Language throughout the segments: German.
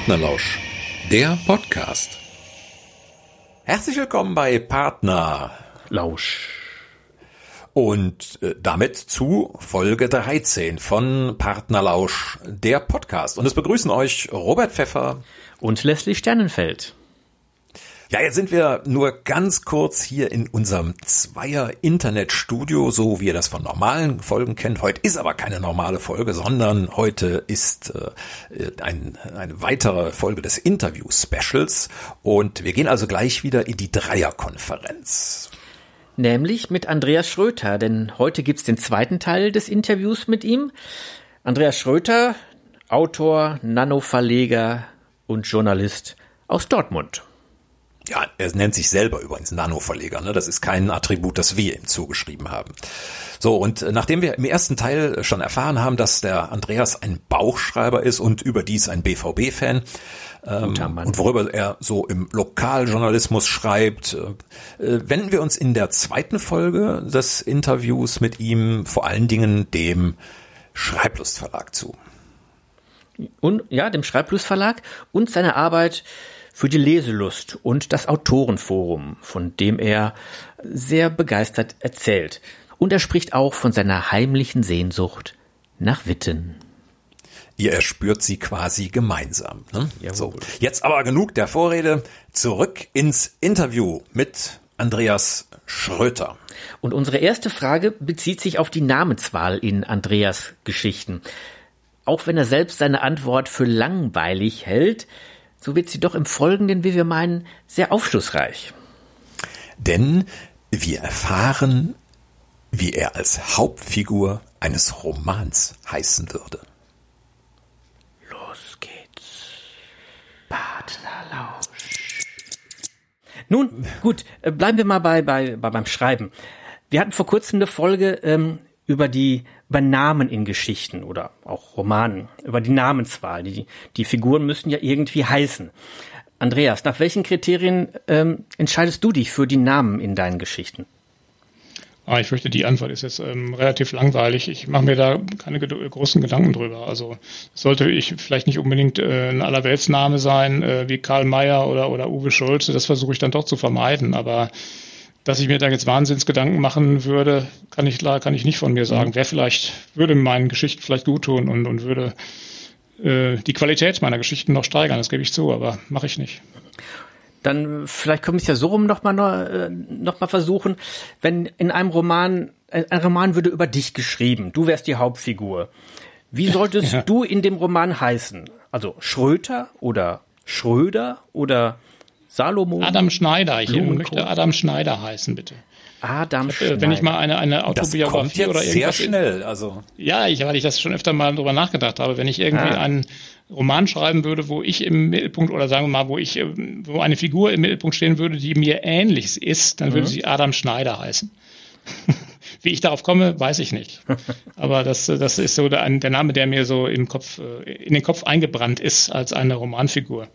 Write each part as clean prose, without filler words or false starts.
Partnerlausch, der Podcast. Herzlich willkommen bei Partnerlausch. Und damit zu Folge 13 von Partnerlausch, der Podcast. Und es begrüßen euch Robert Pfeffer und Leslie Sternenfeld. Ja, jetzt sind wir nur ganz kurz hier in unserem Zweier-Internet-Studio, so wie ihr das von normalen Folgen kennt. Heute ist aber keine normale Folge, sondern heute ist eine weitere Folge des Interview-Specials. Und wir gehen also gleich wieder in die Dreierkonferenz. Nämlich mit Andreas Schröter, denn heute gibt's den zweiten Teil des Interviews mit ihm. Andreas Schröter, Autor, Nano-Verleger und Journalist aus Dortmund. Ja, er nennt sich selber übrigens Nano-Verleger, ne? Das ist kein Attribut, das wir ihm zugeschrieben haben. So, und nachdem wir im ersten Teil schon erfahren haben, dass der Andreas ein Bauchschreiber ist und überdies ein BVB-Fan, und worüber er so im Lokaljournalismus schreibt, wenden wir uns in der zweiten Folge des Interviews mit ihm vor allen Dingen dem Schreiblust-Verlag zu. Und ja, dem Schreiblust-Verlag und seiner Arbeit für die Leselust und das Autorenforum, von dem er sehr begeistert erzählt. Und er spricht auch von seiner heimlichen Sehnsucht nach Witten. Ihr erspürt sie quasi gemeinsam. Ne? So, jetzt aber genug der Vorrede. Zurück ins Interview mit Andreas Schröter. Und unsere erste Frage bezieht sich auf die Namenswahl in Andreas Geschichten. Auch wenn er selbst seine Antwort für langweilig hält, so wird sie doch im Folgenden, wie wir meinen, sehr aufschlussreich. Denn wir erfahren, wie er als Hauptfigur eines Romans heißen würde. Los geht's. Partnerlausch. Nun, gut, bleiben wir mal beim Schreiben. Wir hatten vor kurzem eine Folge über Namen in Geschichten oder auch Romanen, über die Namenswahl. Die Figuren müssen ja irgendwie heißen. Andreas, nach welchen Kriterien entscheidest du dich für die Namen in deinen Geschichten? Ich fürchte, die Antwort ist jetzt relativ langweilig. Ich mache mir da keine großen Gedanken drüber. Also sollte ich vielleicht nicht unbedingt ein Allerweltsname sein, wie Karl May oder Uwe Schulze. Das versuche ich dann doch zu vermeiden. Aber dass ich mir da jetzt Wahnsinnsgedanken machen würde, kann ich nicht von mir sagen. Würde meinen Geschichten vielleicht gut tun und würde die Qualität meiner Geschichten noch steigern, das gebe ich zu, aber mache ich nicht. Dann vielleicht können wir es ja so rum noch mal versuchen, wenn in einem Roman, ein Roman würde über dich geschrieben, du wärst die Hauptfigur. Wie solltest du in dem Roman heißen? Also Schröter oder Schröder oder Salomon? Adam Schneider. Ich möchte Adam Schneider heißen, bitte. Adam Schneider. Wenn ich mal eine Autobiografie das kommt jetzt oder irgendwas... sehr schnell, also. Ja, weil ich das schon öfter mal drüber nachgedacht habe. Wenn ich irgendwie einen Roman schreiben würde, wo ich im Mittelpunkt, oder sagen wir mal, wo eine Figur im Mittelpunkt stehen würde, die mir ähnlich ist, dann würde sie Adam Schneider heißen. Wie ich darauf komme, weiß ich nicht. Aber das ist so der Name, der mir so in den Kopf eingebrannt ist als eine Romanfigur.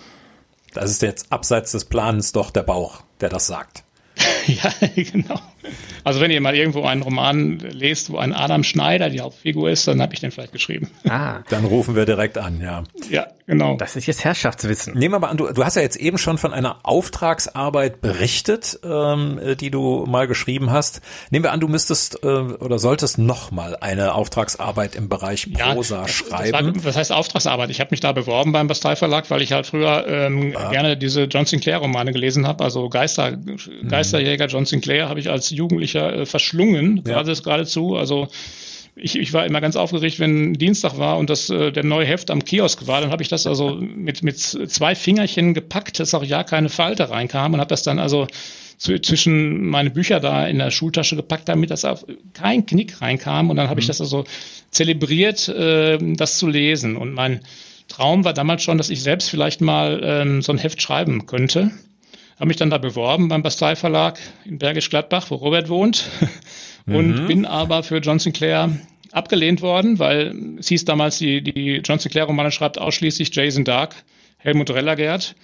Das ist jetzt abseits des Plans doch der Bauch, der das sagt. Ja, genau. Also wenn ihr mal irgendwo einen Roman lest, wo ein Adam Schneider die Hauptfigur ist, dann habe ich den vielleicht geschrieben. Dann rufen wir direkt an, ja. Ja, genau. Das ist jetzt Herrschaftswissen. Nehmen wir mal an, du hast ja jetzt eben schon von einer Auftragsarbeit berichtet, die du mal geschrieben hast. Nehmen wir an, du müsstest oder solltest noch mal eine Auftragsarbeit im Bereich Prosa schreiben. Was heißt Auftragsarbeit? Ich habe mich da beworben beim Bastei Verlag, weil ich halt früher gerne diese John Sinclair Romane gelesen habe. Also Geisterjäger John Sinclair habe ich als Jugendlicher verschlungen, geradezu. Also ich war immer ganz aufgeregt, wenn Dienstag war und der neue Heft am Kiosk war, dann habe ich das also mit 2 Fingerchen gepackt, dass auch ja keine Falte reinkam und habe das dann also zwischen meine Bücher da in der Schultasche gepackt, damit das auf kein Knick reinkam und dann habe ich das also zelebriert, das zu lesen und mein Traum war damals schon, dass ich selbst vielleicht mal so ein Heft schreiben könnte. Habe mich dann da beworben beim Bastei Verlag in Bergisch Gladbach, wo Robert wohnt. Und bin aber für John Sinclair abgelehnt worden, weil es hieß damals, die John Sinclair-Romane schreibt ausschließlich Jason Dark, Helmut Rellergert.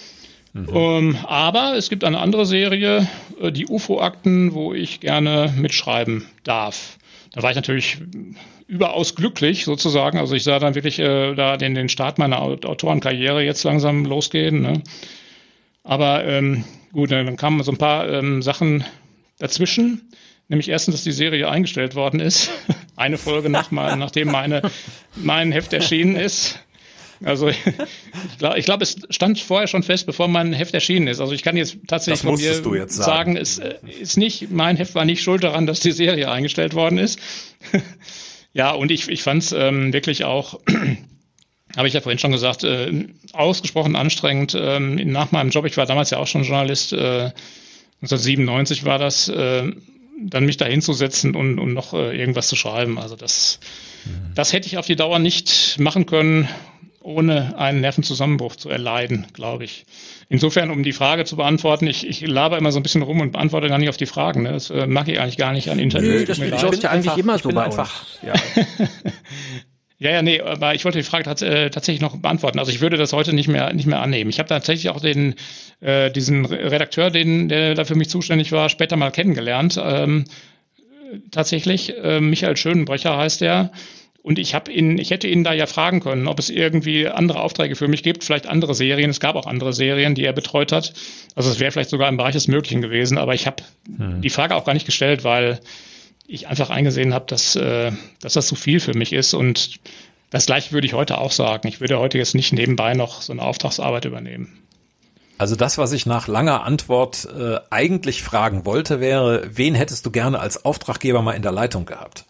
Aber es gibt eine andere Serie, die UFO-Akten, wo ich gerne mitschreiben darf. Da war ich natürlich überaus glücklich sozusagen. Also ich sah dann wirklich da den Start meiner Autorenkarriere jetzt langsam losgehen. Ne? Aber gut, dann kamen so ein paar Sachen dazwischen. Nämlich erstens, dass die Serie eingestellt worden ist. Eine Folge nachdem mein Heft erschienen ist. Also ich glaube, es stand vorher schon fest, bevor mein Heft erschienen ist. Also ich kann jetzt tatsächlich von mir sagen, es ist nicht, mein Heft war nicht schuld daran, dass die Serie eingestellt worden ist. Ja, und ich fand es wirklich auch, habe ich ja vorhin schon gesagt, ausgesprochen anstrengend. Nach meinem Job, ich war damals ja auch schon Journalist, 1997 war das, dann mich da hinzusetzen und noch irgendwas zu schreiben. Also das hätte ich auf die Dauer nicht machen können, ohne einen Nervenzusammenbruch zu erleiden, glaube ich. Insofern, um die Frage zu beantworten, ich laber immer so ein bisschen rum und beantworte gar nicht auf die Fragen. Ne? Das mag ich eigentlich gar nicht an Interviews. Nö, das läuft ja eigentlich immer so bei einfach. Ja. Nee, aber ich wollte die Frage tatsächlich noch beantworten. Also ich würde das heute nicht mehr annehmen. Ich habe tatsächlich auch diesen Redakteur, der da für mich zuständig war, später mal kennengelernt. Tatsächlich, Michael Schönenbrecher heißt er. Und ich hätte ihn da ja fragen können, ob es irgendwie andere Aufträge für mich gibt, vielleicht andere Serien. Es gab auch andere Serien, die er betreut hat. Also es wäre vielleicht sogar im Bereich des Möglichen gewesen. Aber ich habe die Frage auch gar nicht gestellt, weil ich einfach eingesehen habe, dass das zu viel für mich ist. Und das Gleiche würde ich heute auch sagen. Ich würde heute jetzt nicht nebenbei noch so eine Auftragsarbeit übernehmen. Also das, was ich nach langer Antwort eigentlich fragen wollte, wäre, wen hättest du gerne als Auftraggeber mal in der Leitung gehabt?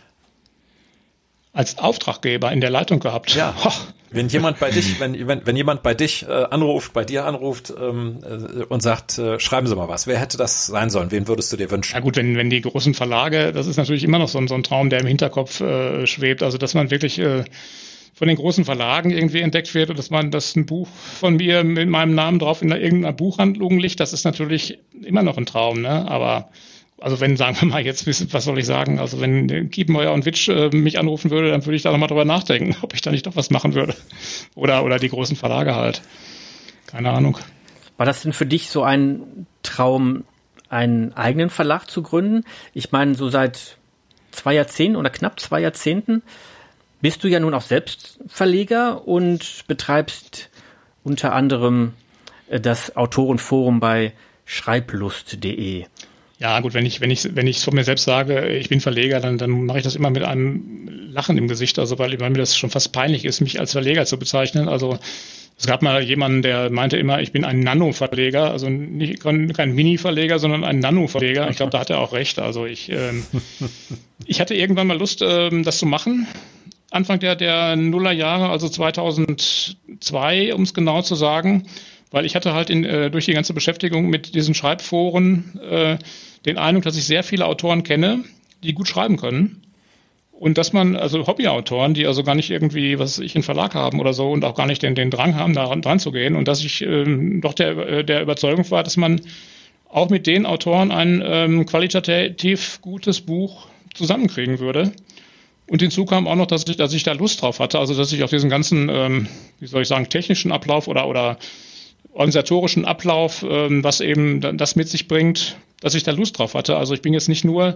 Als Auftraggeber in der Leitung gehabt? Ja. Wenn jemand bei dich anruft, bei dir anruft und sagt, schreiben Sie mal was, wer hätte das sein sollen? Wen würdest du dir wünschen? Ja gut, wenn die großen Verlage, das ist natürlich immer noch so ein Traum, der im Hinterkopf schwebt. Also dass man wirklich von den großen Verlagen irgendwie entdeckt wird und dass ein Buch von mir mit meinem Namen drauf in irgendeiner Buchhandlung liegt, das ist natürlich immer noch ein Traum, ne? Aber also wenn, sagen wir mal jetzt, was soll ich sagen, also wenn Kiepenheuer und Witsch mich anrufen würde, dann würde ich da nochmal drüber nachdenken, ob ich da nicht doch was machen würde. Oder die großen Verlage halt. Keine Ahnung. War das denn für dich so ein Traum, einen eigenen Verlag zu gründen? Ich meine, so seit 2 Jahrzehnten oder knapp 2 Jahrzehnten bist du ja nun auch selbst Verleger und betreibst unter anderem das Autorenforum bei schreiblust.de. Ja, gut, wenn ich von mir selbst sage, ich bin Verleger, dann mache ich das immer mit einem Lachen im Gesicht, also weil mir das schon fast peinlich ist, mich als Verleger zu bezeichnen. Also es gab mal jemanden, der meinte immer, ich bin ein Nano-Verleger, also nicht kein Mini-Verleger, sondern ein Nano-Verleger. Ich glaube, da hat er auch recht. Also ich hatte irgendwann mal Lust, das zu machen. Anfang der Nullerjahre, also 2002, um es genau zu sagen, weil ich hatte halt durch die ganze Beschäftigung mit diesen Schreibforen den Eindruck, dass ich sehr viele Autoren kenne, die gut schreiben können. Und dass man, also Hobbyautoren, die also gar nicht irgendwie, einen Verlag haben oder so und auch gar nicht den Drang haben, da dran zu gehen. Und dass ich doch der Überzeugung war, dass man auch mit den Autoren ein qualitativ gutes Buch zusammenkriegen würde. Und hinzu kam auch noch, dass ich da Lust drauf hatte, also dass ich auf diesen ganzen, technischen Ablauf oder organisatorischen Ablauf, was eben das mit sich bringt, dass ich da Lust drauf hatte. Also ich bin jetzt nicht nur,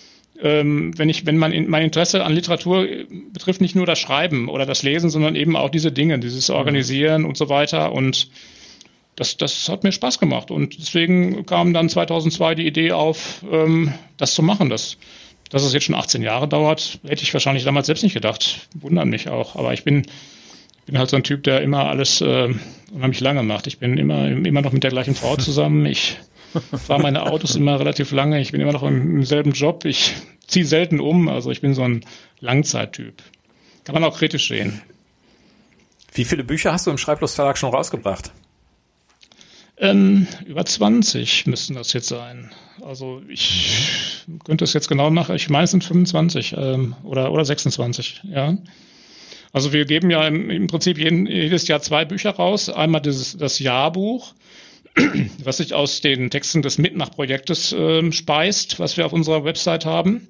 mein Interesse an Literatur betrifft nicht nur das Schreiben oder das Lesen, sondern eben auch diese Dinge, dieses Organisieren und so weiter. Und das hat mir Spaß gemacht. Und deswegen kam dann 2002 die Idee auf, das zu machen. Dass es jetzt schon 18 Jahre dauert, hätte ich wahrscheinlich damals selbst nicht gedacht. Wundert mich auch. Aber ich bin halt so ein Typ, der immer alles unheimlich lange macht. Ich bin immer noch mit der gleichen Frau zusammen. Ich fahre meine Autos immer relativ lange. Ich bin immer noch im selben Job. Ich ziehe selten um. Also ich bin so ein Langzeittyp. Kann man auch kritisch sehen. Wie viele Bücher hast du im Schreiblust-Verlag schon rausgebracht? Über 20 müssten das jetzt sein. Also ich könnte es jetzt genau nachher. Ich meine, es sind 25 oder 26, ja. Also wir geben ja im Prinzip jedes Jahr 2 Bücher raus. Einmal das Jahrbuch, was sich aus den Texten des Mitmach-Projektes speist, was wir auf unserer Website haben.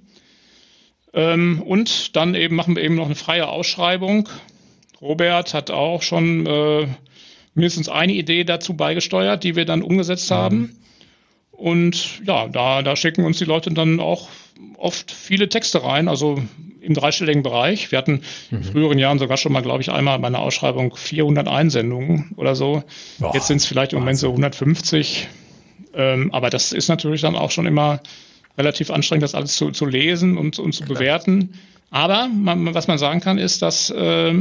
Und dann machen wir eben noch eine freie Ausschreibung. Robert hat auch schon mindestens eine Idee dazu beigesteuert, die wir dann umgesetzt haben. Und ja, da schicken uns die Leute dann auch oft viele Texte rein, also im dreistelligen Bereich. Wir hatten in früheren Jahren sogar schon mal, glaube ich, einmal bei einer Ausschreibung 400 Einsendungen oder so. Boah, jetzt sind es vielleicht im Moment so 150. Aber das ist natürlich dann auch schon immer relativ anstrengend, das alles zu lesen und zu bewerten. Aber was man sagen kann, ist, dass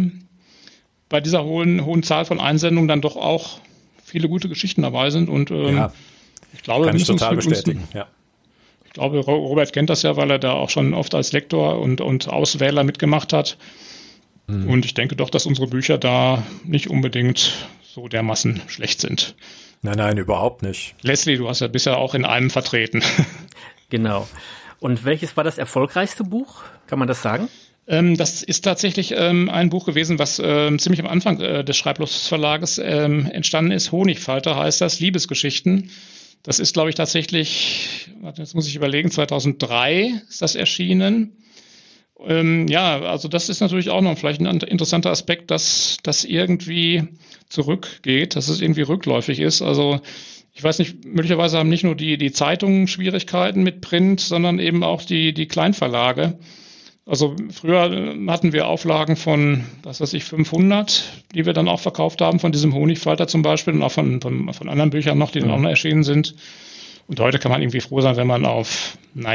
bei dieser hohen Zahl von Einsendungen dann doch auch viele gute Geschichten dabei sind. Und ich glaube, kann ich total bestätigen. Ja. Ich glaube, Robert kennt das ja, weil er da auch schon oft als Lektor und Auswähler mitgemacht hat. Und ich denke doch, dass unsere Bücher da nicht unbedingt so dermaßen schlecht sind. Nein, überhaupt nicht. Leslie, du hast ja bisher auch in einem vertreten. Genau. Und welches war das erfolgreichste Buch? Kann man das sagen? Das ist tatsächlich ein Buch gewesen, was ziemlich am Anfang des Schreiblos-Verlages entstanden ist. Honigfalter heißt das, Liebesgeschichten. Das ist, glaube ich, tatsächlich, jetzt muss ich überlegen, 2003 ist das erschienen. Also das ist natürlich auch noch vielleicht ein interessanter Aspekt, dass das irgendwie zurückgeht, dass es irgendwie rückläufig ist. Also ich weiß nicht, möglicherweise haben nicht nur die Zeitungen Schwierigkeiten mit Print, sondern eben auch die Kleinverlage. Also früher hatten wir Auflagen von, 500, die wir dann auch verkauft haben, von diesem Honigfalter zum Beispiel und auch von anderen Büchern noch, die dann auch noch erschienen sind. Und heute kann man irgendwie froh sein, wenn man auf,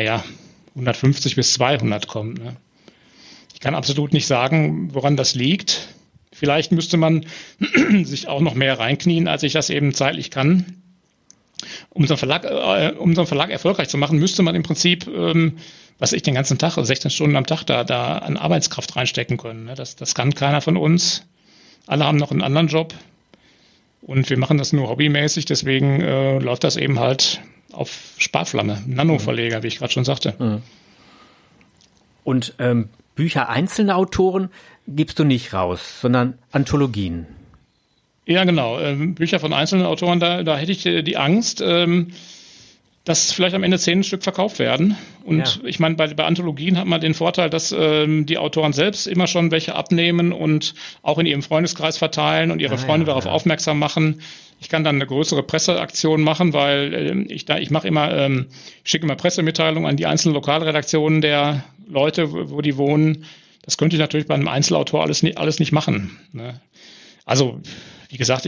150 bis 200 kommt. Ne? Ich kann absolut nicht sagen, woran das liegt. Vielleicht müsste man sich auch noch mehr reinknien, als ich das eben zeitlich kann. Um unseren Verlag erfolgreich zu machen, müsste man im Prinzip, was ich den ganzen Tag, also 16 Stunden am Tag da an Arbeitskraft reinstecken können. Ne? Das kann keiner von uns. Alle haben noch einen anderen Job. Und wir machen das nur hobbymäßig, deswegen läuft das eben halt auf Sparflamme. Nano-Verleger, wie ich gerade schon sagte. Und Bücher einzelner Autoren gibst du nicht raus, sondern Anthologien. Ja, genau. Bücher von einzelnen Autoren, da hätte ich die Angst, dass vielleicht am Ende 10 Stück verkauft werden. Und ich meine, bei Anthologien hat man den Vorteil, dass die Autoren selbst immer schon welche abnehmen und auch in ihrem Freundeskreis verteilen und ihre Freunde darauf aufmerksam machen. Ich kann dann eine größere Presseaktion machen, weil ich schicke immer Pressemitteilungen an die einzelnen Lokalredaktionen der Leute, wo die wohnen. Das könnte ich natürlich bei einem Einzelautor alles nicht machen. Ne? Also, wie gesagt,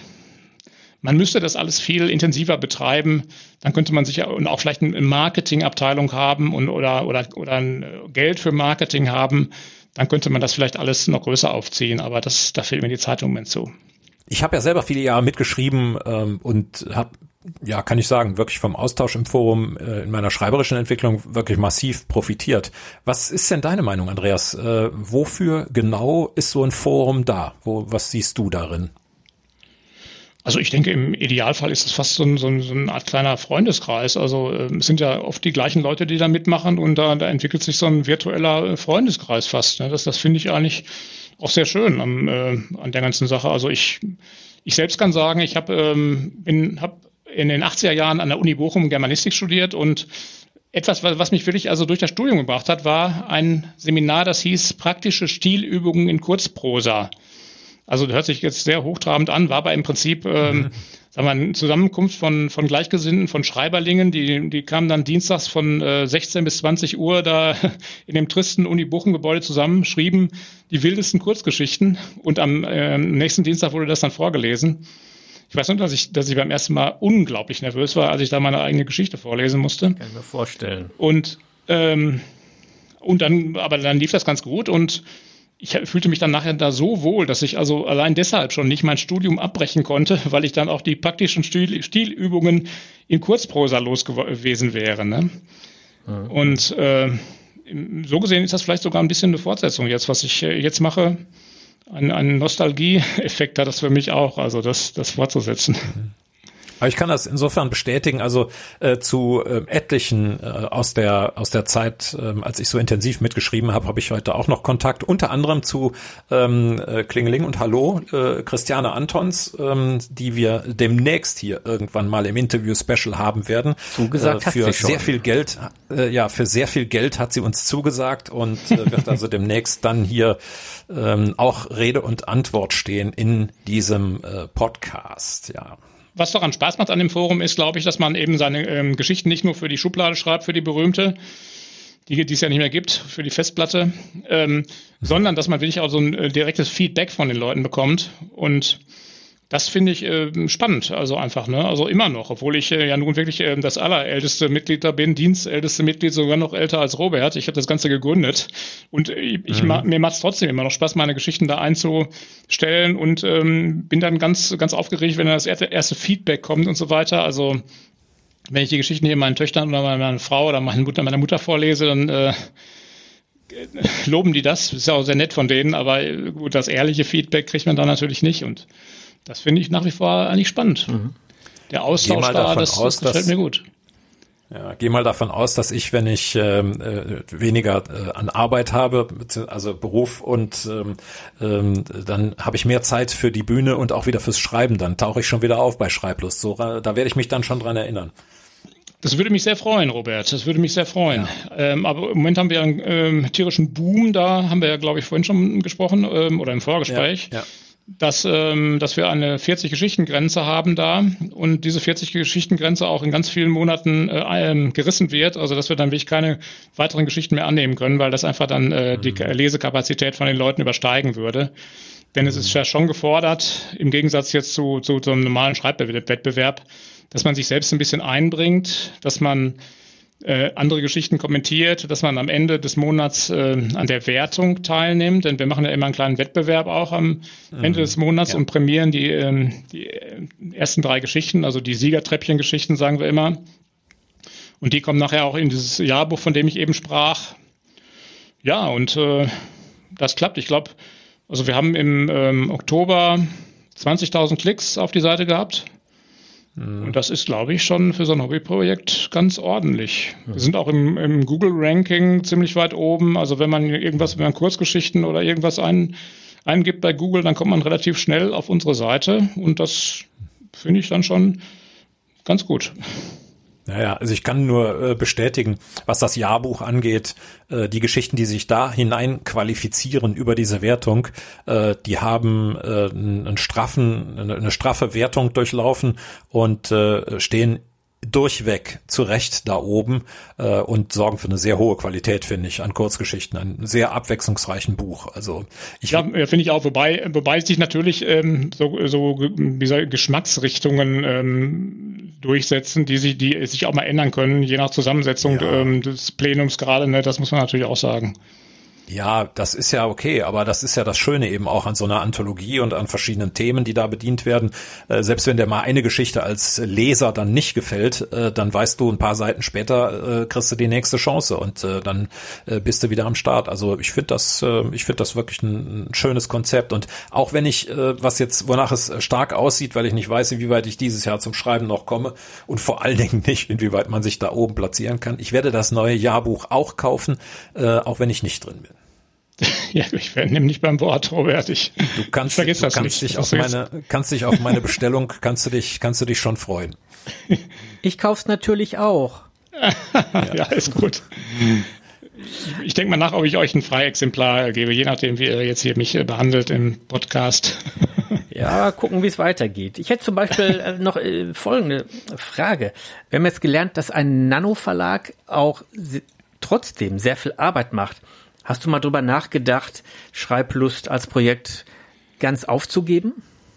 man müsste das alles viel intensiver betreiben. Dann könnte man sicher und auch vielleicht eine Marketingabteilung haben oder ein Geld für Marketing haben. Dann könnte man das vielleicht alles noch größer aufziehen. Aber da fehlt mir die Zeit im Moment zu. Ich habe ja selber viele Jahre mitgeschrieben und habe, kann ich sagen, wirklich vom Austausch im Forum in meiner schreiberischen Entwicklung wirklich massiv profitiert. Was ist denn deine Meinung, Andreas? Wofür genau ist so ein Forum da? Was siehst du darin? Also ich denke, im Idealfall ist es fast so eine Art kleiner Freundeskreis. Also es sind ja oft die gleichen Leute, die da mitmachen und da entwickelt sich so ein virtueller Freundeskreis fast. Ne? Das finde ich eigentlich auch sehr schön an der ganzen Sache. Also ich selbst kann sagen, ich habe in den 80er Jahren an der Uni Bochum Germanistik studiert und etwas, was mich wirklich also durch das Studium gebracht hat, war ein Seminar, das hieß Praktische Stilübungen in Kurzprosa. Also hört sich jetzt sehr hochtrabend an, war aber im Prinzip eine Zusammenkunft von Gleichgesinnten, von Schreiberlingen, die kamen dann dienstags von 16 bis 20 Uhr da in dem tristen Uni-Bochum-Gebäude zusammen, schrieben die wildesten Kurzgeschichten und am nächsten Dienstag wurde das dann vorgelesen. Ich weiß nur, dass ich beim ersten Mal unglaublich nervös war, als ich da meine eigene Geschichte vorlesen musste. Kann ich mir vorstellen. Und dann lief das ganz gut und ich fühlte mich dann nachher da so wohl, dass ich also allein deshalb schon nicht mein Studium abbrechen konnte, weil ich dann auch die praktischen Stilübungen in Kurzprosa los gewesen wäre. Ne? Mhm. Und so gesehen ist das vielleicht sogar ein bisschen eine Fortsetzung jetzt, was ich jetzt mache. Ein Nostalgie-Effekt hat das für mich auch, also das fortzusetzen. Mhm. Aber ich kann das insofern bestätigen, also zu etlichen aus der Zeit, als ich so intensiv mitgeschrieben habe, habe ich heute auch noch Kontakt, unter anderem zu Klingeling und Hallo, Christiane Antons, die wir demnächst hier irgendwann mal im Interview-Special haben werden. Zugesagt hat sie schon. Sehr viel Geld, für sehr viel Geld hat sie uns zugesagt und wird also demnächst dann hier auch Rede und Antwort stehen in diesem Podcast, ja. Was daran Spaß macht an dem Forum ist, glaube ich, dass man eben seine Geschichten nicht nur für die Schublade schreibt, für die berühmte, die es ja nicht mehr gibt für die Festplatte, sondern dass man wirklich auch so ein direktes Feedback von den Leuten bekommt. Und das finde ich spannend, also einfach, ne? Also immer noch, obwohl ich ja nun wirklich das allerälteste Mitglied da bin, dienstälteste Mitglied, sogar noch älter als Robert. Ich habe das Ganze gegründet und mir macht es trotzdem immer noch Spaß, meine Geschichten da einzustellen und bin dann ganz, ganz aufgeregt, wenn dann das erste Feedback kommt und so weiter. Also wenn ich die Geschichten hier meinen Töchtern oder meiner Frau oder meiner Mutter vorlese, dann loben die das. Ist ja auch sehr nett von denen, aber gut, das ehrliche Feedback kriegt man da natürlich nicht und das finde ich nach wie vor eigentlich spannend. Mhm. Der Austausch da, das gefällt mir gut. Ja, geh mal davon aus, dass ich, wenn ich weniger an Arbeit habe, also Beruf und dann habe ich mehr Zeit für die Bühne und auch wieder fürs Schreiben, dann tauche ich schon wieder auf bei Schreiblust. So, da werde ich mich dann schon dran erinnern. Das würde mich sehr freuen, Robert. Das würde mich sehr freuen. Ja. Aber im Moment haben wir einen tierischen Boom. Da haben wir ja, glaube ich, vorhin schon gesprochen oder im Vorgespräch. Ja. Dass wir eine 40-Geschichten-Grenze haben da und diese 40-Geschichten-Grenze auch in ganz vielen Monaten gerissen wird, also dass wir dann wirklich keine weiteren Geschichten mehr annehmen können, weil das einfach dann die Lesekapazität von den Leuten übersteigen würde. Denn es ist ja schon gefordert, im Gegensatz jetzt zu so einem normalen Schreibwettbewerb, dass man sich selbst ein bisschen einbringt, dass man andere Geschichten kommentiert, dass man am Ende des Monats an der Wertung teilnimmt, denn wir machen ja immer einen kleinen Wettbewerb auch am Ende des Monats und prämieren die ersten 3 Geschichten, also die Siegertreppchen-Geschichten, sagen wir immer. Und die kommen nachher auch in dieses Jahrbuch, von dem ich eben sprach. Ja, und das klappt. Ich glaube, also wir haben im Oktober 20.000 Klicks auf die Seite gehabt. Und das ist, glaube ich, schon für so ein Hobbyprojekt ganz ordentlich. Wir sind auch im Google-Ranking ziemlich weit oben. Also wenn man Kurzgeschichten oder irgendwas eingibt bei Google, dann kommt man relativ schnell auf unsere Seite. Und das finde ich dann schon ganz gut. Naja, also ich kann nur bestätigen, was das Jahrbuch angeht, die Geschichten, die sich da hinein qualifizieren über diese Wertung, die haben eine straffe Wertung durchlaufen und stehen durchweg zu Recht da oben und sorgen für eine sehr hohe Qualität, finde ich, an Kurzgeschichten, ein sehr abwechslungsreichen Buch. Also finde ich auch, wobei sich natürlich Geschmacksrichtungen durchsetzen, die sich auch mal ändern können, je nach Zusammensetzung des Plenums gerade, ne, das muss man natürlich auch sagen. Ja, das ist ja okay, aber das ist ja das Schöne eben auch an so einer Anthologie und an verschiedenen Themen, die da bedient werden. Selbst wenn dir mal eine Geschichte als Leser dann nicht gefällt, dann weißt du, ein paar Seiten später kriegst du die nächste Chance und dann bist du wieder am Start. Also ich finde das wirklich ein schönes Konzept. Und auch wenn ich, wonach es stark aussieht, weil ich nicht weiß, inwieweit ich dieses Jahr zum Schreiben noch komme und vor allen Dingen nicht, inwieweit man sich da oben platzieren kann. Ich werde das neue Jahrbuch auch kaufen, auch wenn ich nicht drin bin. Ja, ich nehme nicht beim Wort, Robert. Du kannst dich auf meine Bestellung, kannst du dich schon freuen. Ich kauf's natürlich auch. Ja, ist gut. Ich denke mal nach, ob ich euch ein Freiexemplar gebe, je nachdem, wie ihr jetzt hier mich behandelt im Podcast. Ja, gucken, wie es weitergeht. Ich hätte zum Beispiel noch folgende Frage. Wir haben jetzt gelernt, dass ein Nano-Verlag auch trotzdem sehr viel Arbeit macht. Hast du mal drüber nachgedacht, Schreiblust als Projekt ganz aufzugeben?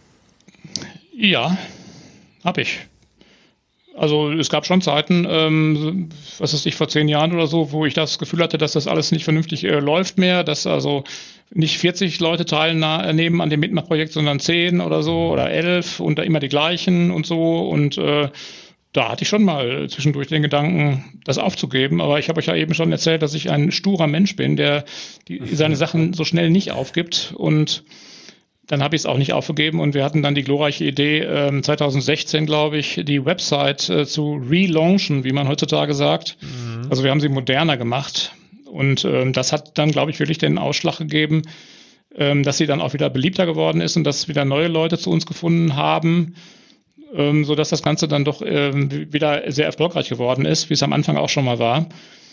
Ja, habe ich. Also es gab schon Zeiten, vor 10 Jahren oder so, wo ich das Gefühl hatte, dass das alles nicht vernünftig läuft mehr, dass also nicht 40 Leute teilnehmen an dem Mitmachprojekt, sondern 10 oder so oder 11 und da immer die gleichen und so und da hatte ich schon mal zwischendurch den Gedanken, das aufzugeben. Aber ich habe euch ja eben schon erzählt, dass ich ein sturer Mensch bin, der seine Sachen so schnell nicht aufgibt. Und dann habe ich es auch nicht aufgegeben. Und wir hatten dann die glorreiche Idee, 2016, glaube ich, die Website zu relaunchen, wie man heutzutage sagt. Mhm. Also wir haben sie moderner gemacht. Und das hat dann, glaube ich, wirklich den Ausschlag gegeben, dass sie dann auch wieder beliebter geworden ist und dass wieder neue Leute zu uns gefunden haben, so dass das Ganze dann doch wieder sehr erfolgreich geworden ist, wie es am Anfang auch schon mal war.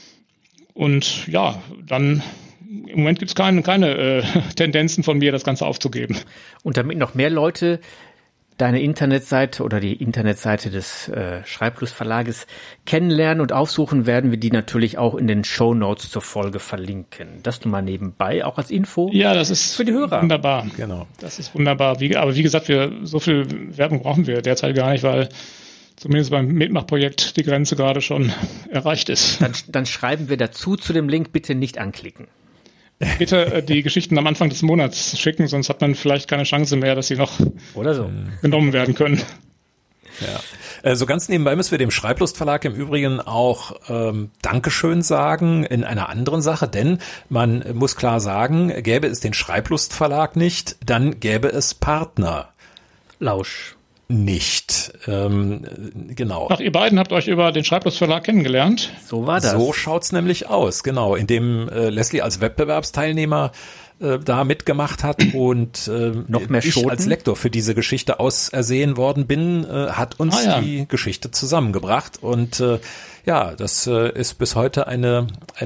Und ja, dann im Moment gibt es keine Tendenzen von mir, das Ganze aufzugeben. Und damit noch mehr Leute deine Internetseite oder die Internetseite des Schreiblust-Verlages kennenlernen und aufsuchen, werden wir die natürlich auch in den Shownotes zur Folge verlinken. Das nur mal nebenbei, auch als Info. Ja, das ist für die Hörer. Wunderbar. Genau. Das ist wunderbar. Aber wie gesagt, so viel Werbung brauchen wir derzeit gar nicht, weil zumindest beim Mitmachprojekt die Grenze gerade schon erreicht ist. Dann schreiben wir dazu zu dem Link, bitte nicht anklicken. Bitte die Geschichten am Anfang des Monats schicken, sonst hat man vielleicht keine Chance mehr, dass sie noch oder so genommen werden können. Ja. So ganz nebenbei müssen wir dem Schreiblust-Verlag im Übrigen auch Dankeschön sagen in einer anderen Sache, denn man muss klar sagen, gäbe es den Schreiblust-Verlag nicht, dann gäbe es Partner. Lausch. Nicht. Genau. Ach, ihr beiden habt euch über den Schreiblust-Verlag kennengelernt. So war das. So schaut's nämlich aus, genau, indem Leslie als Wettbewerbsteilnehmer da mitgemacht hat und noch mehr ich Schoten? als Lektor für diese Geschichte ausersehen worden bin, hat uns die Geschichte zusammengebracht und ja, das ist bis heute eine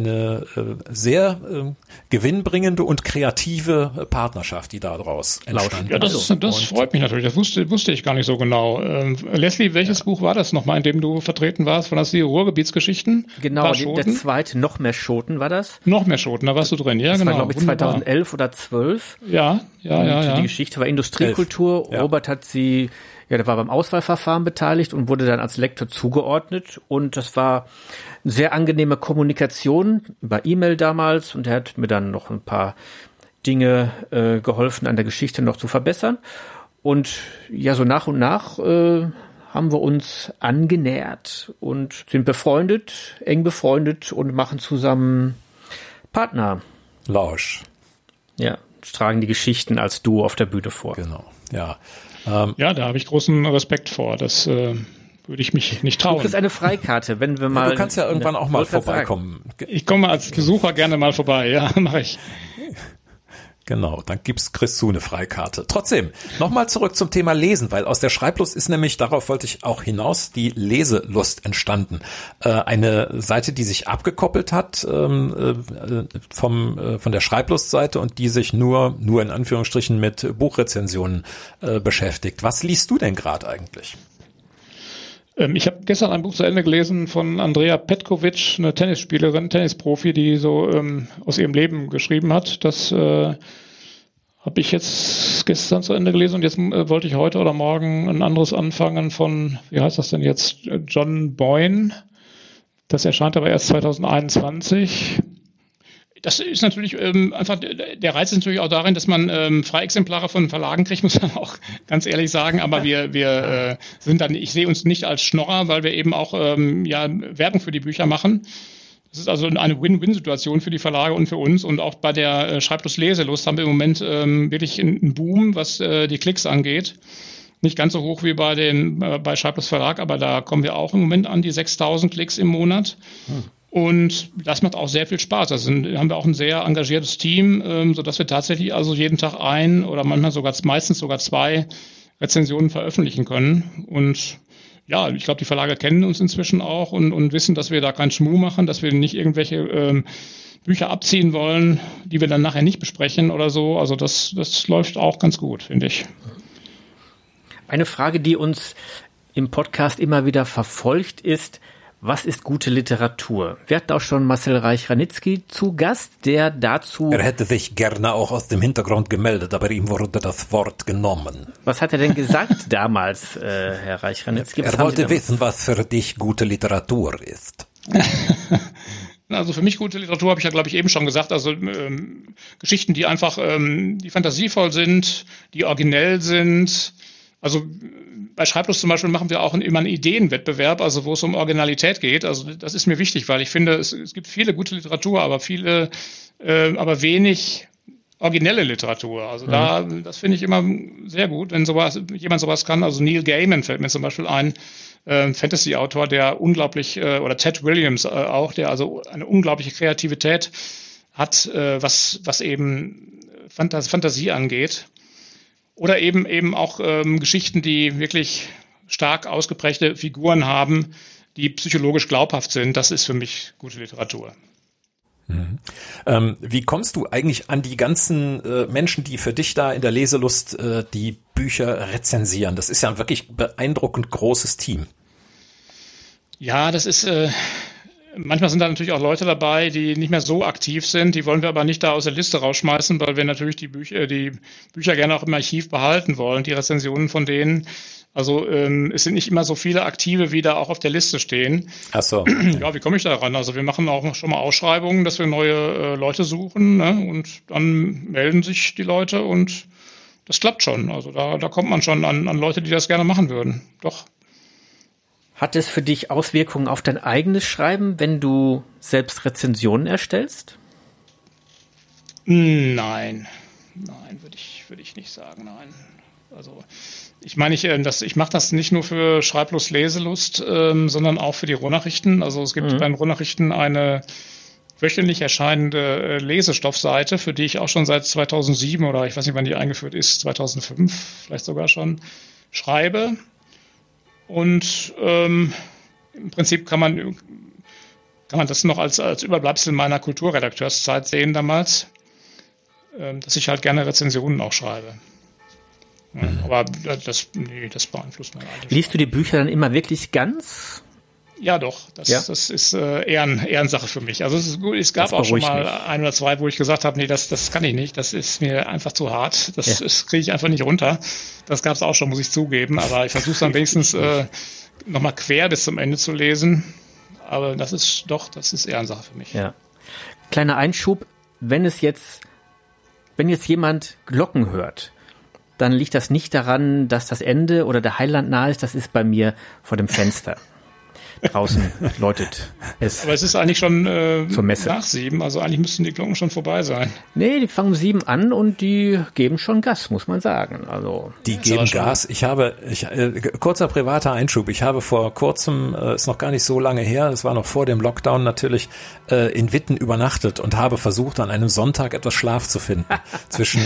sehr gewinnbringende und kreative Partnerschaft, die daraus entstanden ist. Ja, das freut mich natürlich. Das wusste ich gar nicht so genau. Leslie, welches Buch war das nochmal, in dem du vertreten warst? War das die Ruhrgebietsgeschichten? Genau, der zweite, noch mehr Schoten war das? Noch mehr Schoten, da warst du drin, ja, das genau. Das war, glaube ich, 2011 oder 12. Ja. Die Geschichte war Industriekultur. Ja. Robert hat sie, der war beim Auswahlverfahren beteiligt und wurde dann als Lektor zugeordnet. Und das war eine sehr angenehme Kommunikation über E-Mail damals. Und er hat mir dann noch ein paar Dinge geholfen, an der Geschichte noch zu verbessern. Und ja, so nach und nach haben wir uns angenähert und sind eng befreundet und machen zusammen Partner. Lausch. Ja, tragen die Geschichten als Duo auf der Bühne vor. Genau, ja. Ja, da habe ich großen Respekt vor. Das würde ich mich nicht trauen. Du kriegst eine Freikarte, wenn wir mal... Du kannst ja irgendwann auch mal vorbeikommen. Ich komme als Besucher gerne mal vorbei, ja, mache ich. Genau, dann kriegst du eine Freikarte. Trotzdem, nochmal zurück zum Thema Lesen, weil aus der Schreiblust ist nämlich, darauf wollte ich auch hinaus, die Leselust entstanden. Eine Seite, die sich abgekoppelt hat von der Schreiblustseite und die sich nur in Anführungsstrichen mit Buchrezensionen beschäftigt. Was liest du denn gerade eigentlich? Ich habe gestern ein Buch zu Ende gelesen von Andrea Petkovic, eine Tennisspielerin, Tennisprofi, die so aus ihrem Leben geschrieben hat. Das habe ich jetzt gestern zu Ende gelesen und jetzt wollte ich heute oder morgen ein anderes anfangen von, wie heißt das denn jetzt, John Boyne. Das erscheint aber erst 2021. Das ist natürlich einfach, der Reiz ist natürlich auch darin, dass man Freiexemplare von Verlagen kriegt, muss man auch ganz ehrlich sagen. Aber wir sind dann, ich sehe uns nicht als Schnorrer, weil wir eben auch Werbung für die Bücher machen. Das ist also eine Win-Win-Situation für die Verlage und für uns. Und auch bei der Schreiblust-Leselust haben wir im Moment wirklich einen Boom, was die Klicks angeht. Nicht ganz so hoch wie bei Schreiblust Verlag, aber da kommen wir auch im Moment an die 6.000 Klicks im Monat. Und das macht auch sehr viel Spaß. Da haben wir auch ein sehr engagiertes Team, sodass wir tatsächlich also jeden Tag ein oder meistens sogar 2 Rezensionen veröffentlichen können. Und ja, ich glaube, die Verlage kennen uns inzwischen auch und wissen, dass wir da keinen Schmuh machen, dass wir nicht irgendwelche Bücher abziehen wollen, die wir dann nachher nicht besprechen oder so. Also das läuft auch ganz gut, finde ich. Eine Frage, die uns im Podcast immer wieder verfolgt, ist: Was ist gute Literatur? Wir hatten auch schon Marcel Reich-Ranitzky zu Gast, der dazu... Er hätte sich gerne auch aus dem Hintergrund gemeldet, aber ihm wurde das Wort genommen. Was hat er denn gesagt damals, Herr Reich-Ranitzky? Er wollte wissen, was für dich gute Literatur ist. Also für mich gute Literatur habe ich ja, glaube ich, eben schon gesagt. Also Geschichten, die einfach die fantasievoll sind, die originell sind. Also bei Schreiblust zum Beispiel machen wir auch immer einen Ideenwettbewerb, also wo es um Originalität geht. Also das ist mir wichtig, weil ich finde, es gibt viele gute Literatur, aber aber wenig originelle Literatur. Also das finde ich immer sehr gut, wenn jemand sowas kann. Also Neil Gaiman fällt mir zum Beispiel ein, Fantasy-Autor, der unglaublich, oder Ted Williams auch, der also eine unglaubliche Kreativität hat, was eben Fantasie angeht. Oder eben auch Geschichten, die wirklich stark ausgeprägte Figuren haben, die psychologisch glaubhaft sind. Das ist für mich gute Literatur. Wie kommst du eigentlich an die ganzen Menschen, die für dich da in der Leselust die Bücher rezensieren? Das ist ja ein wirklich beeindruckend großes Team. Ja, das ist, manchmal sind da natürlich auch Leute dabei, die nicht mehr so aktiv sind. Die wollen wir aber nicht da aus der Liste rausschmeißen, weil wir natürlich die Bücher gerne auch im Archiv behalten wollen, die Rezensionen von denen. Also es sind nicht immer so viele Aktive, wie da auch auf der Liste stehen. Ach so. Ja, wie komme ich da ran? Also wir machen auch schon mal Ausschreibungen, dass wir neue Leute suchen, ne? Und dann melden sich die Leute und das klappt schon. Also da kommt man schon an Leute, die das gerne machen würden. Doch. Hat es für dich Auswirkungen auf dein eigenes Schreiben, wenn du selbst Rezensionen erstellst? Nein, würde ich nicht sagen, nein. Also ich meine, ich mache das nicht nur für Schreiblust, Leselust, sondern auch für die Ruhrnachrichten. Also es gibt bei den Ruhrnachrichten eine wöchentlich erscheinende Lesestoffseite, für die ich auch schon seit 2007 oder ich weiß nicht, wann die eingeführt ist, 2005 vielleicht sogar schon, schreibe. Und im Prinzip kann man das noch als Überbleibsel meiner Kulturredakteurzeit sehen damals, dass ich halt gerne Rezensionen auch schreibe. Aber das beeinflusst man eigentlich. Liest du die Bücher dann immer wirklich ganz? Ja, doch. Das ist eher eine Ehrensache für mich. Also es ist gut. Es gab auch schon mal ein oder zwei, wo ich gesagt habe, nee, das kann ich nicht. Das ist mir einfach zu hart. Das kriege ich einfach nicht runter. Das gab es auch schon, muss ich zugeben. Aber ich versuche es dann wenigstens nochmal quer bis zum Ende zu lesen. Aber das ist Ehrensache für mich. Ja. Kleiner Einschub. Wenn jetzt jemand Glocken hört, dann liegt das nicht daran, dass das Ende oder der Heiland nahe ist. Das ist bei mir vor dem Fenster. Draußen läutet es. Aber es ist eigentlich schon zur Messe. Nach 7, also eigentlich müssten die Glocken schon vorbei sein. Nee, die fangen 7 an und die geben schon Gas, muss man sagen. Also die geben Gas. Kurzer privater Einschub. Ich habe vor kurzem, ist noch gar nicht so lange her, es war noch vor dem Lockdown natürlich, in Witten übernachtet und habe versucht, an einem Sonntag etwas Schlaf zu finden. zwischen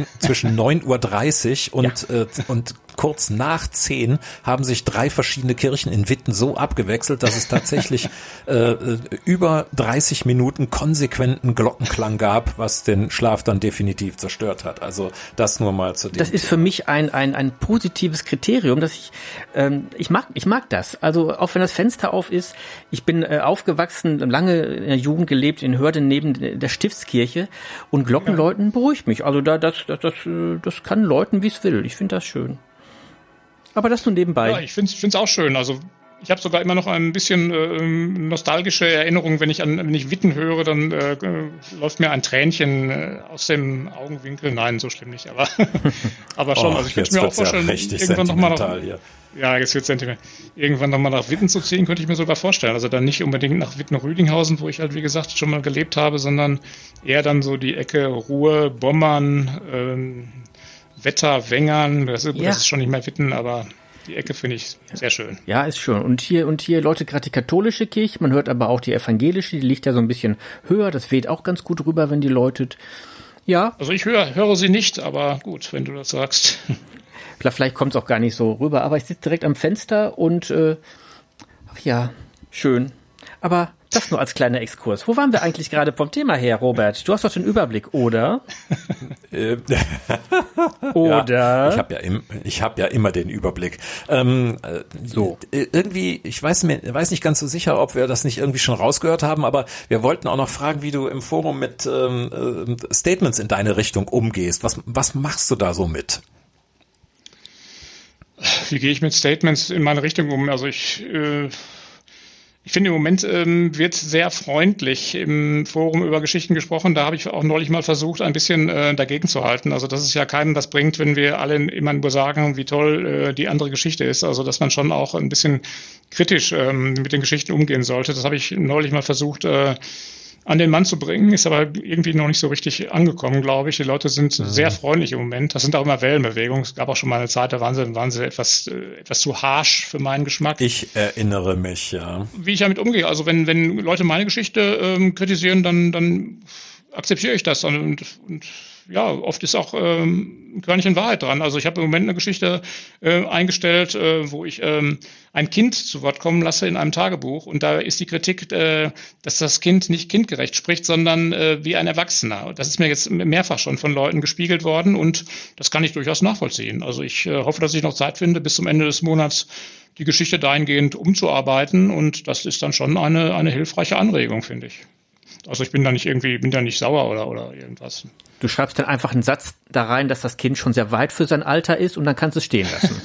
9:30 Uhr und kurz nach 10 haben sich 3 verschiedene Kirchen in Witten so abgewechselt, dass es tatsächlich über 30 Minuten konsequenten Glockenklang gab, was den Schlaf dann definitiv zerstört hat. Also das nur mal zu dem. Das ist für mich ein positives Kriterium, dass ich mag das. Also auch wenn das Fenster auf ist, ich bin aufgewachsen, lange in der Jugend gelebt in Hörde neben der Stiftskirche und Glockenläuten beruhigt mich. Also das kann läuten, wie es will. Ich finde das schön. Aber das nur nebenbei. Ja, ich find's auch schön. Also ich habe sogar immer noch ein bisschen nostalgische Erinnerungen, wenn ich Witten höre, dann läuft mir ein Tränchen aus dem Augenwinkel. Nein, so schlimm nicht, aber schon. Also ich könnte mir auch vorstellen, irgendwann nochmal jetzt wird's sentimental. Irgendwann nochmal nach Witten zu ziehen, könnte ich mir sogar vorstellen. Also dann nicht unbedingt nach Witten-Rüdinghausen, wo ich halt, wie gesagt, schon mal gelebt habe, sondern eher dann so die Ecke Ruhr, Bommern, Wetter, Wengern, das ist schon nicht mehr Witten, aber die Ecke finde ich sehr schön. Ja, ist schön. Und hier läutet gerade die katholische Kirche, man hört aber auch die evangelische, die liegt ja so ein bisschen höher, das weht auch ganz gut rüber, wenn die läutet. Ja. Also ich höre sie nicht, aber gut, wenn du das sagst. Vielleicht kommt es auch gar nicht so rüber, aber ich sitze direkt am Fenster und schön. Aber das nur als kleiner Exkurs. Wo waren wir eigentlich gerade vom Thema her, Robert? Du hast doch den Überblick, oder? Oder? Ja, ich hab ja immer den Überblick. Irgendwie, ich weiß nicht ganz so sicher, ob wir das nicht irgendwie schon rausgehört haben, aber wir wollten auch noch fragen, wie du im Forum mit Statements in deine Richtung umgehst. Was machst du da so mit? Wie gehe ich mit Statements in meine Richtung um? Also ich finde, im Moment wird sehr freundlich im Forum über Geschichten gesprochen. Da habe ich auch neulich mal versucht, ein bisschen dagegen zu halten. Also dass es ja keinem was bringt, wenn wir alle immer nur sagen, wie toll die andere Geschichte ist. Also dass man schon auch ein bisschen kritisch mit den Geschichten umgehen sollte. Das habe ich neulich mal versucht an den Mann zu bringen, ist aber irgendwie noch nicht so richtig angekommen, glaube ich. Die Leute sind sehr freundlich im Moment. Das sind auch immer Wellenbewegungen. Es gab auch schon mal eine Zeit, da waren sie etwas zu harsh für meinen Geschmack. Ich erinnere mich, ja. Wie ich damit umgehe. Also wenn Leute meine Geschichte kritisieren, dann akzeptiere ich das und ja, oft ist auch ein Körnchen Wahrheit dran. Also ich habe im Moment eine Geschichte eingestellt, wo ich ein Kind zu Wort kommen lasse in einem Tagebuch. Und da ist die Kritik, dass das Kind nicht kindgerecht spricht, sondern wie ein Erwachsener. Das ist mir jetzt mehrfach schon von Leuten gespiegelt worden und das kann ich durchaus nachvollziehen. Also ich hoffe, dass ich noch Zeit finde, bis zum Ende des Monats die Geschichte dahingehend umzuarbeiten. Und das ist dann schon eine hilfreiche Anregung, finde ich. Also ich bin da nicht sauer oder irgendwas. Du schreibst dann einfach einen Satz da rein, dass das Kind schon sehr weit für sein Alter ist und dann kannst du es stehen lassen.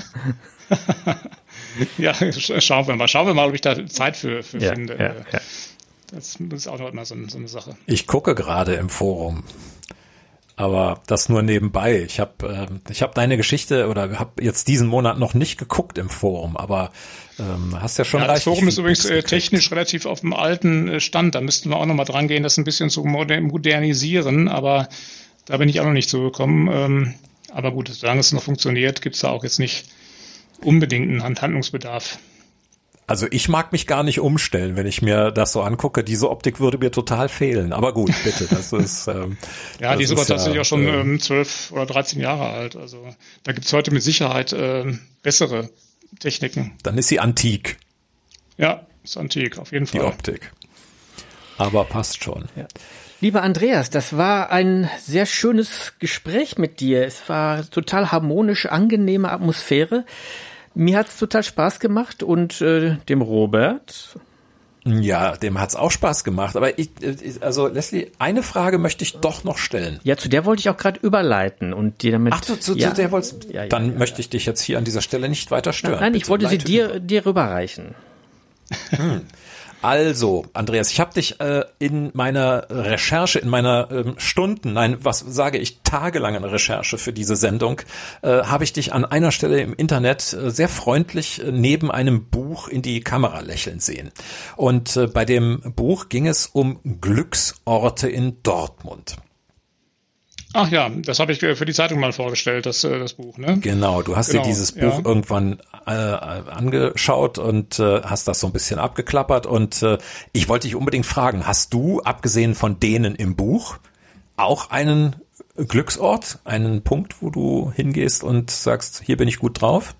Ja, schauen wir mal, ob ich da Zeit für finde. Ja. Das ist auch noch immer so eine Sache. Ich gucke gerade im Forum, aber das nur nebenbei. Ich habe deine Geschichte oder habe jetzt diesen Monat noch nicht geguckt im Forum, aber hast ja schon das Forum ist übrigens technisch relativ auf dem alten Stand. Da müssten wir auch noch mal dran gehen, das ein bisschen zu modernisieren, aber da bin ich auch noch nicht zugekommen. Aber gut, solange es noch funktioniert, gibt es da auch jetzt nicht unbedingt einen Handlungsbedarf. Also ich mag mich gar nicht umstellen, wenn ich mir das so angucke. Diese Optik würde mir total fehlen. Aber gut, bitte, das ist... ja, die ist aber tatsächlich auch schon 12 oder 13 Jahre alt. Also da gibt's heute mit Sicherheit bessere Techniken. Dann ist sie antik. Ja, ist antik, auf jeden Fall. Die Optik. Aber passt schon. Ja. Lieber Andreas, das war ein sehr schönes Gespräch mit dir. Es war total harmonisch, angenehme Atmosphäre. Mir hat's total Spaß gemacht und dem Robert? Ja, dem hat's auch Spaß gemacht. Aber also Leslie, eine Frage möchte ich doch noch stellen. Ja, zu der wollte ich auch gerade überleiten und dir damit. Ach, zu der wolltest. Ja, dann möchte ich dich jetzt hier an dieser Stelle nicht weiter stören. Nein, ich wollte sie dir rüberreichen. Also, Andreas, ich habe dich in meiner Recherche, in meiner tagelangen Recherche für diese Sendung, habe ich dich an einer Stelle im Internet sehr freundlich neben einem Buch in die Kamera lächeln sehen. Und bei dem Buch ging es um Glücksorte in Dortmund. Ach ja, das habe ich für die Zeitung mal vorgestellt, das Buch, ne? Genau, du hast dir dieses Buch irgendwann angeschaut und hast das so ein bisschen abgeklappert und ich wollte dich unbedingt fragen, hast du, abgesehen von denen im Buch, auch einen Glücksort, einen Punkt, wo du hingehst und sagst, hier bin ich gut drauf?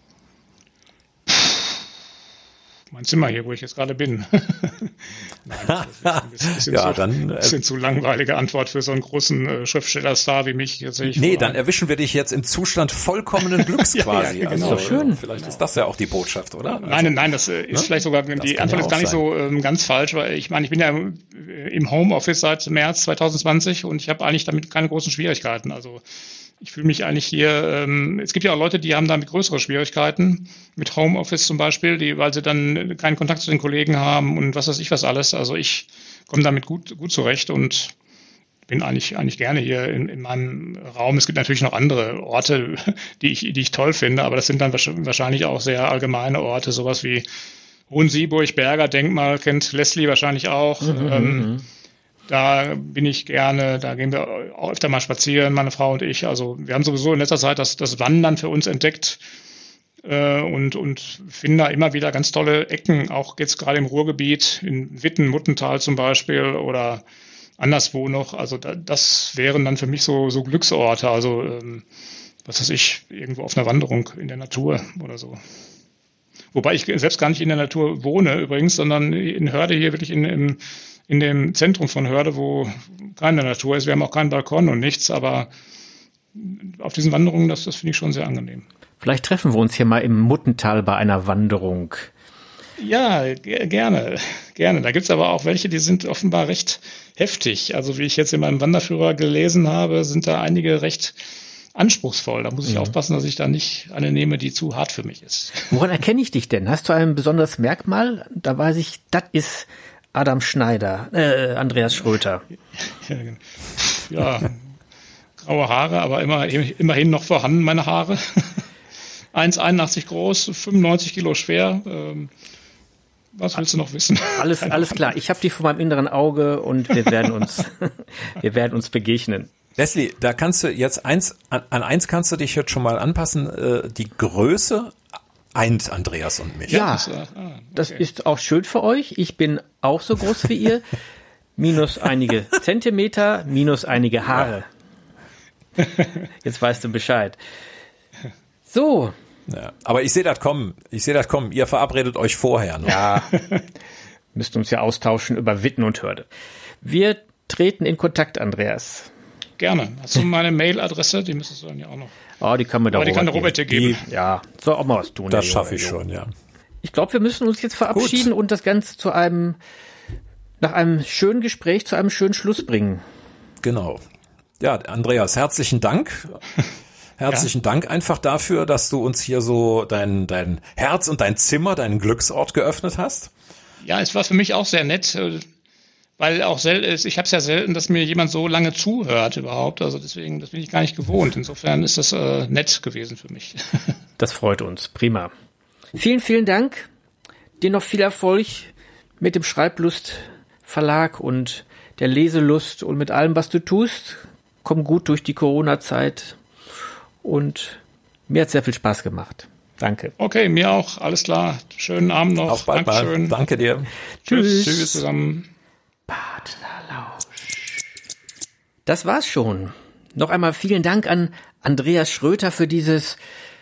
Mein Zimmer hier, wo ich jetzt gerade bin. Nein, das ist ein bisschen zu langweilige Antwort für so einen großen Schriftstellerstar wie mich. Dann erwischen wir dich jetzt im Zustand vollkommenen Glücks quasi. Ja, genau. Also, schön. Vielleicht ist das ja auch die Botschaft, oder? Nein, das ist vielleicht sogar, die Antwort ist gar nicht so ganz falsch, weil ich meine, ich bin ja im Homeoffice seit März 2020 und ich habe eigentlich damit keine großen Schwierigkeiten. Also ich fühle mich eigentlich hier, es gibt ja auch Leute, die haben damit größere Schwierigkeiten, mit Homeoffice zum Beispiel, weil sie dann keinen Kontakt zu den Kollegen haben und was weiß ich was alles. Also ich komme damit gut zurecht und bin eigentlich gerne hier in meinem Raum. Es gibt natürlich noch andere Orte, die ich toll finde, aber das sind dann wahrscheinlich auch sehr allgemeine Orte, sowas wie Hohensieburg, Berger Denkmal, kennt Leslie wahrscheinlich auch. Da bin ich gerne, da gehen wir auch öfter mal spazieren, meine Frau und ich. Also wir haben sowieso in letzter Zeit das Wandern für uns entdeckt und finden da immer wieder ganz tolle Ecken, auch jetzt gerade im Ruhrgebiet, in Witten, Muttental zum Beispiel oder anderswo noch. Also das wären dann für mich so Glücksorte, also was weiß ich, irgendwo auf einer Wanderung in der Natur oder so. Wobei ich selbst gar nicht in der Natur wohne übrigens, sondern in Hörde hier wirklich in dem Zentrum von Hörde, wo keine Natur ist. Wir haben auch keinen Balkon und nichts, aber auf diesen Wanderungen, das finde ich schon sehr angenehm. Vielleicht treffen wir uns hier mal im Muttental bei einer Wanderung. Ja, gerne. Da gibt's aber auch welche, die sind offenbar recht heftig. Also wie ich jetzt in meinem Wanderführer gelesen habe, sind da einige recht anspruchsvoll. Da muss ich aufpassen, dass ich da nicht eine nehme, die zu hart für mich ist. Woran erkenne ich dich denn? Hast du ein besonderes Merkmal? Da weiß ich, das ist Adam Schneider, Andreas Schröter. Ja, graue Haare, aber immerhin noch vorhanden, meine Haare. 1,81 groß, 95 Kilo schwer. Was willst du noch wissen? Alles klar. Ich habe die vor meinem inneren Auge und wir werden uns begegnen. Leslie, da kannst du jetzt an eins kannst du dich jetzt schon mal anpassen. Die Größe eint Andreas und mich. Ja, das ist auch schön für euch. Ich bin auch so groß wie ihr. Minus einige Zentimeter, minus einige Haare. Jetzt weißt du Bescheid. So. Ja, aber ich sehe das kommen. Ihr verabredet euch vorher noch. Ja, müsst uns ja austauschen über Witten und Hörde. Wir treten in Kontakt, Andreas. Gerne. Hast du meine Mailadresse? Die müsstest du dann ja auch noch. Oh, die kann mir Aber die kann der Robert dir geben. Ja, soll auch mal was tun. Das schaffe ich schon, ja. Ich glaube, wir müssen uns jetzt verabschieden und das Ganze nach einem schönen Gespräch zu einem schönen Schluss bringen. Genau. Ja, Andreas, herzlichen Dank. Herzlichen Dank einfach dafür, dass du uns hier so dein Herz und dein Zimmer, deinen Glücksort geöffnet hast. Ja, es war für mich auch sehr nett, weil auch ich habe es ja selten, dass mir jemand so lange zuhört überhaupt. Also deswegen, das bin ich gar nicht gewohnt. Insofern ist das nett gewesen für mich. Das freut uns. Prima. Vielen, vielen Dank. Dir noch viel Erfolg mit dem Schreiblust Verlag und der Leselust und mit allem, was du tust. Komm gut durch die Corona-Zeit. Und mir hat sehr viel Spaß gemacht. Danke. Okay, mir auch. Alles klar. Schönen Abend noch. Auf bald mal. Danke dir. Tschüss. Tschüss zusammen. Partnerlausch. Das war's schon. Noch einmal vielen Dank an Andreas Schröter für dieses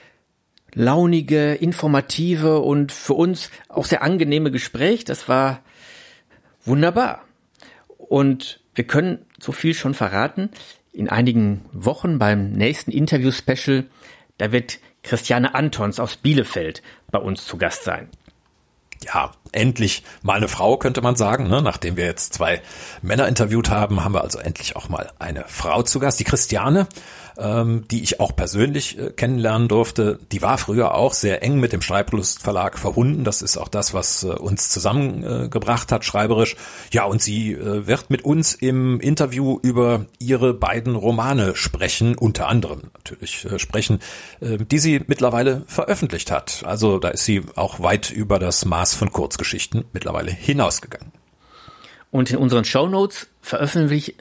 launige, informative und für uns auch sehr angenehme Gespräch. Das war wunderbar. Und wir können so viel schon verraten. In einigen Wochen beim nächsten Interview-Special, da wird Christiane Antons aus Bielefeld bei uns zu Gast sein. Ja, endlich mal eine Frau, könnte man sagen. Ne? Nachdem wir jetzt 2 Männer interviewt haben, haben wir also endlich auch mal eine Frau zu Gast. Die Christiane, die ich auch persönlich kennenlernen durfte, die war früher auch sehr eng mit dem Schreiblust Verlag verbunden. Das ist auch das, was uns zusammengebracht hat, schreiberisch. Ja, und sie wird mit uns im Interview über ihre beiden Romane sprechen, unter anderem natürlich sprechen, die sie mittlerweile veröffentlicht hat. Also da ist sie auch weit über das Maß von Kurzgeschichten mittlerweile hinausgegangen. Und in unseren Shownotes veröffentlichen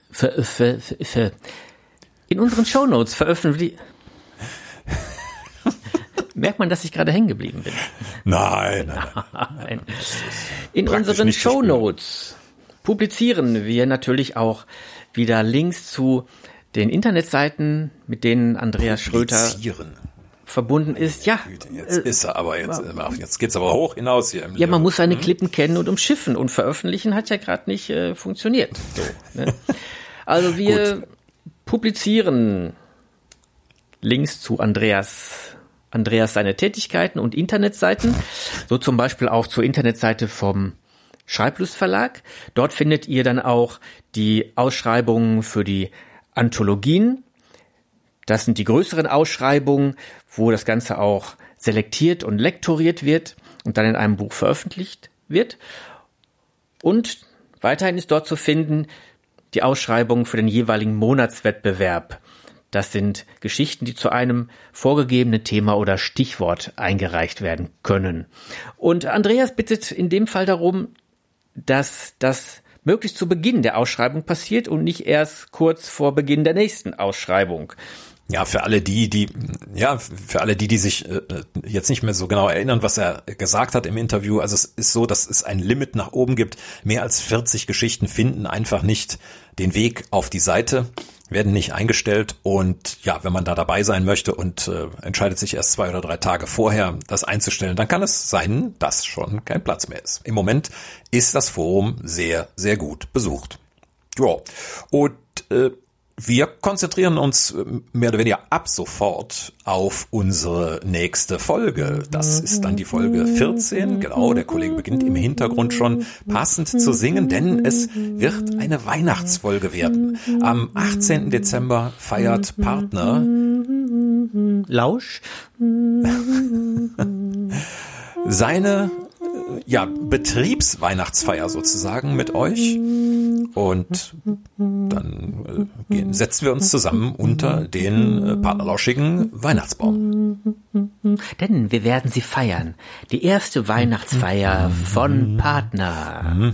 merkt man, dass ich gerade hängen geblieben bin. Nein. In unseren Shownotes publizieren wir natürlich auch wieder Links zu den Internetseiten, mit denen Andreas Schröter verbunden ist. Ja, jetzt ist er aber jetzt geht's aber hoch hinaus hier im Leben. Ja, man muss seine Klippen kennen und umschiffen, und veröffentlichen hat ja gerade nicht funktioniert. So, ne? Also wir publizieren Links zu Andreas seine Tätigkeiten und Internetseiten, so zum Beispiel auch zur Internetseite vom Schreiblust Verlag. Dort findet ihr dann auch die Ausschreibungen für die Anthologien. Das sind die größeren Ausschreibungen, wo das Ganze auch selektiert und lektoriert wird und dann in einem Buch veröffentlicht wird. Und weiterhin ist dort zu finden die Ausschreibung für den jeweiligen Monatswettbewerb. Das sind Geschichten, die zu einem vorgegebenen Thema oder Stichwort eingereicht werden können. Und Andreas bittet in dem Fall darum, dass das möglichst zu Beginn der Ausschreibung passiert und nicht erst kurz vor Beginn der nächsten Ausschreibung. Ja, für alle die sich jetzt nicht mehr so genau erinnern, was er gesagt hat im Interview. Also es ist so, dass es ein Limit nach oben gibt. Mehr als 40 Geschichten finden einfach nicht den Weg auf die Seite, werden nicht eingestellt. Und ja, wenn man da dabei sein möchte und entscheidet sich erst 2 oder 3 Tage vorher, das einzustellen, dann kann es sein, dass schon kein Platz mehr ist. Im Moment ist das Forum sehr, sehr gut besucht. Ja, und wir konzentrieren uns mehr oder weniger ab sofort auf unsere nächste Folge. Das ist dann die Folge 14. Genau, der Kollege beginnt im Hintergrund schon passend zu singen, denn es wird eine Weihnachtsfolge werden. Am 18. Dezember feiert Partner Lausch seine Betriebsweihnachtsfeier sozusagen mit euch. Und dann setzen wir uns zusammen unter den partnerlauschigen Weihnachtsbaum. Denn wir werden sie feiern. Die erste Weihnachtsfeier von Partner.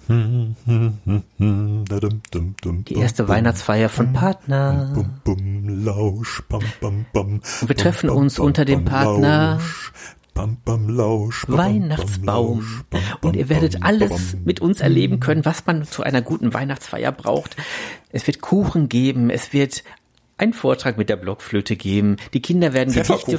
Die erste Weihnachtsfeier von Partner. Und wir treffen uns unter dem Partner Weihnachtsbaum. Und ihr werdet alles mit uns erleben können, was man zu einer guten Weihnachtsfeier braucht. Es wird Kuchen geben, es wird einen Vortrag mit der Blockflöte geben. Die Kinder werden Gedichte...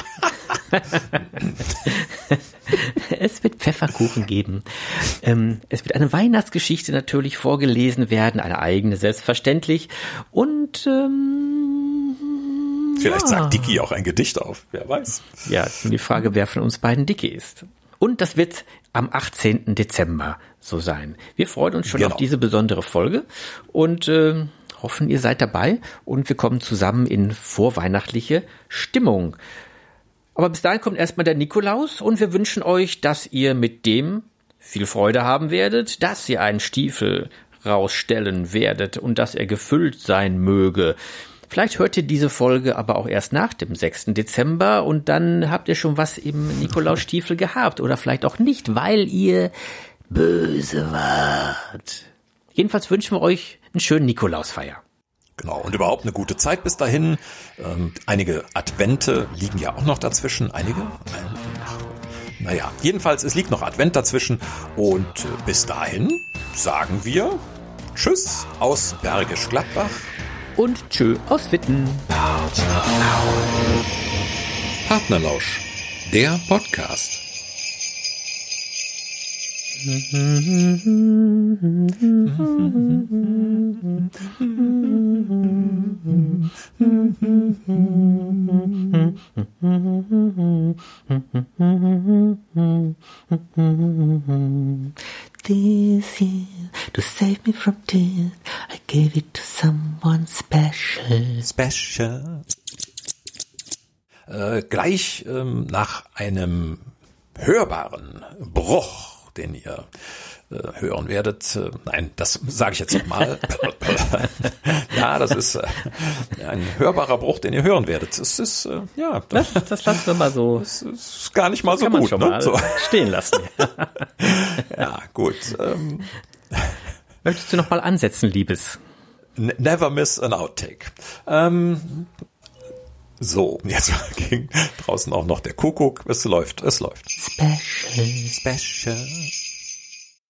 Es wird Pfefferkuchen geben. Es wird eine Weihnachtsgeschichte natürlich vorgelesen werden, eine eigene, selbstverständlich. Und vielleicht sagt Dicky auch ein Gedicht auf, wer weiß. Ja, ist nur die Frage, wer von uns beiden Dicky ist. Und das wird am 18. Dezember so sein. Wir freuen uns schon auf diese besondere Folge und hoffen, ihr seid dabei und wir kommen zusammen in vorweihnachtliche Stimmung. Aber bis dahin kommt erstmal der Nikolaus und wir wünschen euch, dass ihr mit dem viel Freude haben werdet, dass ihr einen Stiefel rausstellen werdet und dass er gefüllt sein möge. Vielleicht hört ihr diese Folge aber auch erst nach dem 6. Dezember und dann habt ihr schon was im Nikolausstiefel gehabt oder vielleicht auch nicht, weil ihr böse wart. Jedenfalls wünschen wir euch einen schönen Nikolausfeier. Genau, und überhaupt eine gute Zeit bis dahin. Einige Advente liegen ja auch noch dazwischen. Naja, jedenfalls, es liegt noch Advent dazwischen. Und bis dahin sagen wir Tschüss aus Bergisch Gladbach. Und Tschö aus Witten. Partnerlausch, der Podcast. This year, to save me from tears, I gave it to someone special. Special. Gleich nach einem hörbaren Bruch, den ihr hören werdet. Nein, das sage ich jetzt nochmal. Ja, das ist ein hörbarer Bruch, den ihr hören werdet. Das ist, ja. Das lassen wir mal so. Das ist gar nicht mal so kann man gut. schon Ne? mal So. stehen lassen. Ja, gut. Möchtest du noch mal ansetzen, Liebes? Never miss an outtake. So, jetzt ging draußen auch noch der Kuckuck. Es läuft. Special.